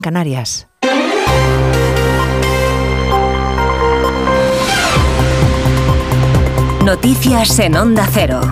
Canarias. Noticias en Onda Cero.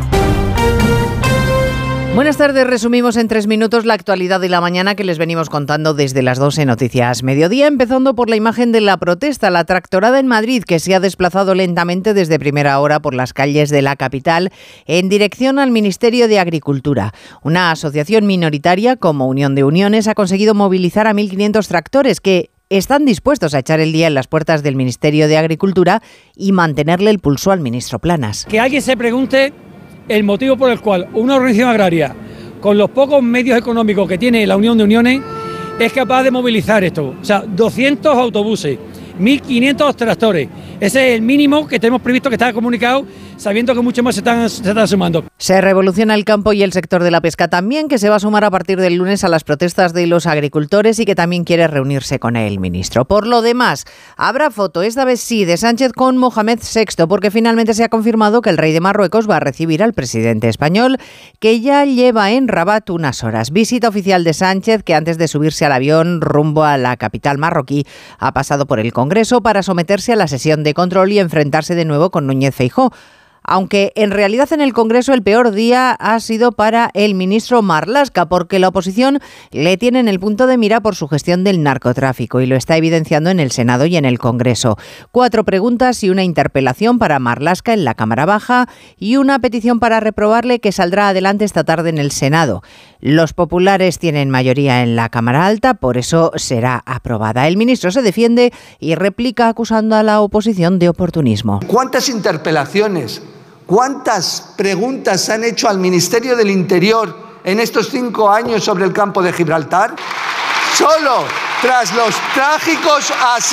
Buenas tardes, resumimos en 3 minutos la actualidad de la mañana que les venimos contando desde las 2 en Noticias Mediodía, empezando por la imagen de la protesta, la tractorada en Madrid, que se ha desplazado lentamente desde primera hora por las calles de la capital en dirección al Ministerio de Agricultura. Una asociación minoritaria como Unión de Uniones ha conseguido movilizar a 1.500 tractores que están dispuestos a echar el día en las puertas del Ministerio de Agricultura y mantenerle el pulso al ministro Planas. Que alguien se pregunte el motivo por el cual una organización agraria, con los pocos medios económicos que tiene la Unión de Uniones, es capaz de movilizar esto. O sea, 200 autobuses, 1.500 tractores. Ese es el mínimo que tenemos previsto, que está comunicado, sabiendo que muchos más se están sumando. Se revoluciona el campo y el sector de la pesca también, que se va a sumar a partir del lunes a las protestas de los agricultores y que también quiere reunirse con el ministro. Por lo demás, habrá foto, esta vez sí, de Sánchez con Mohamed VI, porque finalmente se ha confirmado que el rey de Marruecos va a recibir al presidente español, que ya lleva en Rabat unas horas. Visita oficial de Sánchez, que antes de subirse al avión rumbo a la capital marroquí, ha pasado por el Congreso para someterse a la sesión de control y enfrentarse de nuevo con Núñez Feijóo. Aunque en realidad en el Congreso el peor día ha sido para el ministro Marlaska, porque la oposición le tiene en el punto de mira por su gestión del narcotráfico y lo está evidenciando en el Senado y en el Congreso. 4 preguntas y una interpelación para Marlaska en la Cámara Baja y una petición para reprobarle que saldrá adelante esta tarde en el Senado. Los populares tienen mayoría en la Cámara Alta, por eso será aprobada. El ministro se defiende y replica acusando a la oposición de oportunismo. ¿Cuántas interpelaciones? ¿Cuántas preguntas han hecho al Ministerio del Interior en estos 5 años sobre el campo de Gibraltar? Solo tras los trágicos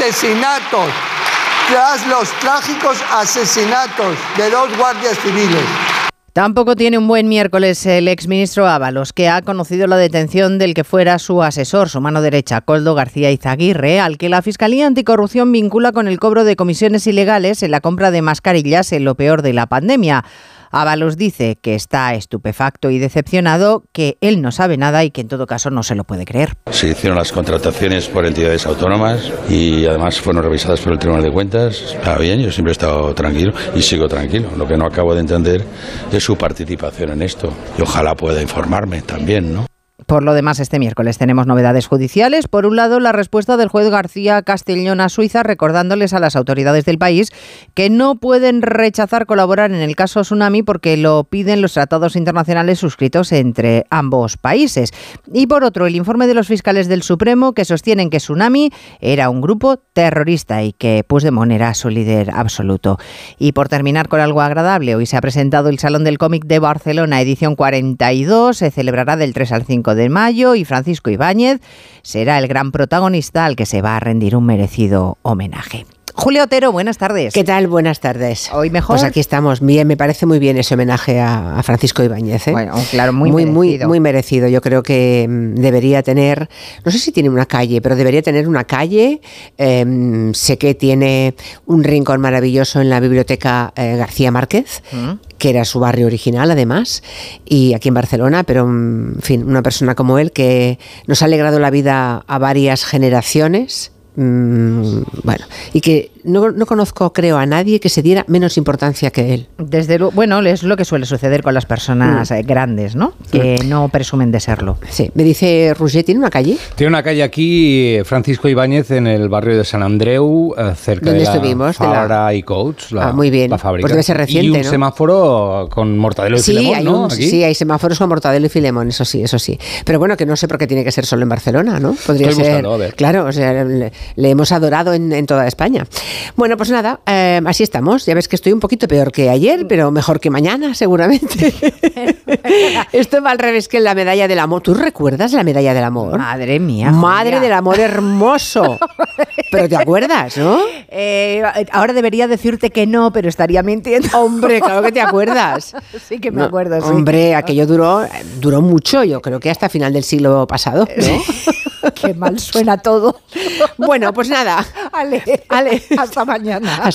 asesinatos de 2 guardias civiles. Tampoco tiene un buen miércoles el exministro Ábalos, que ha conocido la detención del que fuera su asesor, su mano derecha, Koldo García Izaguirre, al que la Fiscalía Anticorrupción vincula con el cobro de comisiones ilegales en la compra de mascarillas en lo peor de la pandemia. Ábalos dice que está estupefacto y decepcionado, que él no sabe nada y que en todo caso no se lo puede creer. Se hicieron las contrataciones por entidades autónomas y además fueron revisadas por el Tribunal de Cuentas. Está bien, yo siempre he estado tranquilo y sigo tranquilo. Lo que no acabo de entender es su participación en esto y ojalá pueda informarme también, ¿no? Por lo demás, este miércoles tenemos novedades judiciales. Por un lado, la respuesta del juez García Castellón a Suiza, recordándoles a las autoridades del país que no pueden rechazar colaborar en el caso Tsunami porque lo piden los tratados internacionales suscritos entre ambos países. Y por otro, el informe de los fiscales del Supremo, que sostienen que Tsunami era un grupo terrorista y que Puigdemont era su líder absoluto. Y por terminar con algo agradable, hoy se ha presentado el Salón del Cómic de Barcelona, edición 42, se celebrará del 3 al 5 de mayo y Francisco Ibáñez será el gran protagonista al que se va a rendir un merecido homenaje. Julia Otero, buenas tardes. ¿Qué tal? Buenas tardes. ¿Hoy mejor? Pues aquí estamos. Bien, me parece muy bien ese homenaje a Francisco Ibáñez, ¿eh? Bueno, claro, muy merecido. Muy merecido. Yo creo que debería tener, no sé si tiene una calle, pero debería tener una calle. Sé que tiene un rincón maravilloso en la biblioteca García Márquez, que era su barrio original además, y aquí en Barcelona, pero en fin, una persona como él que nos ha alegrado la vida a varias generaciones. Bueno, y que no conozco, creo, a nadie que se diera menos importancia que él. Desde luego, bueno, es lo que suele suceder con las personas grandes, ¿no? Que no presumen de serlo. Sí, me dice Roger, ¿tiene una calle? Tiene una calle aquí, Francisco Ibáñez, en el barrio de Sant Andreu, cerca de la Fabra y Coats, muy bien. La fábrica. Pues debe ser reciente, y un semáforo con Mortadelo y Filemón, ¿no? Sí, hay semáforos con Mortadelo y Filemón, eso sí. Pero bueno, que no sé por qué tiene que ser solo en Barcelona, ¿no? Podría Estoy ser, buscando, a ver. Claro, o sea, le hemos adorado en toda España. Bueno, pues nada, así estamos. Ya ves que estoy un poquito peor que ayer, pero mejor que mañana, seguramente. Esto va al revés que la medalla del amor. ¿Tú recuerdas la medalla del amor? Madre mía. Madre Julia. del amor hermoso. Pero te acuerdas, ¿no? Ahora debería decirte que no, pero estaría mintiendo. Hombre, claro que te acuerdas. Sí que me acuerdo, sí. Hombre, aquello duró mucho, yo creo que hasta final del siglo pasado, ¿no? Qué mal suena todo. Bueno, pues nada. Ale, hasta mañana.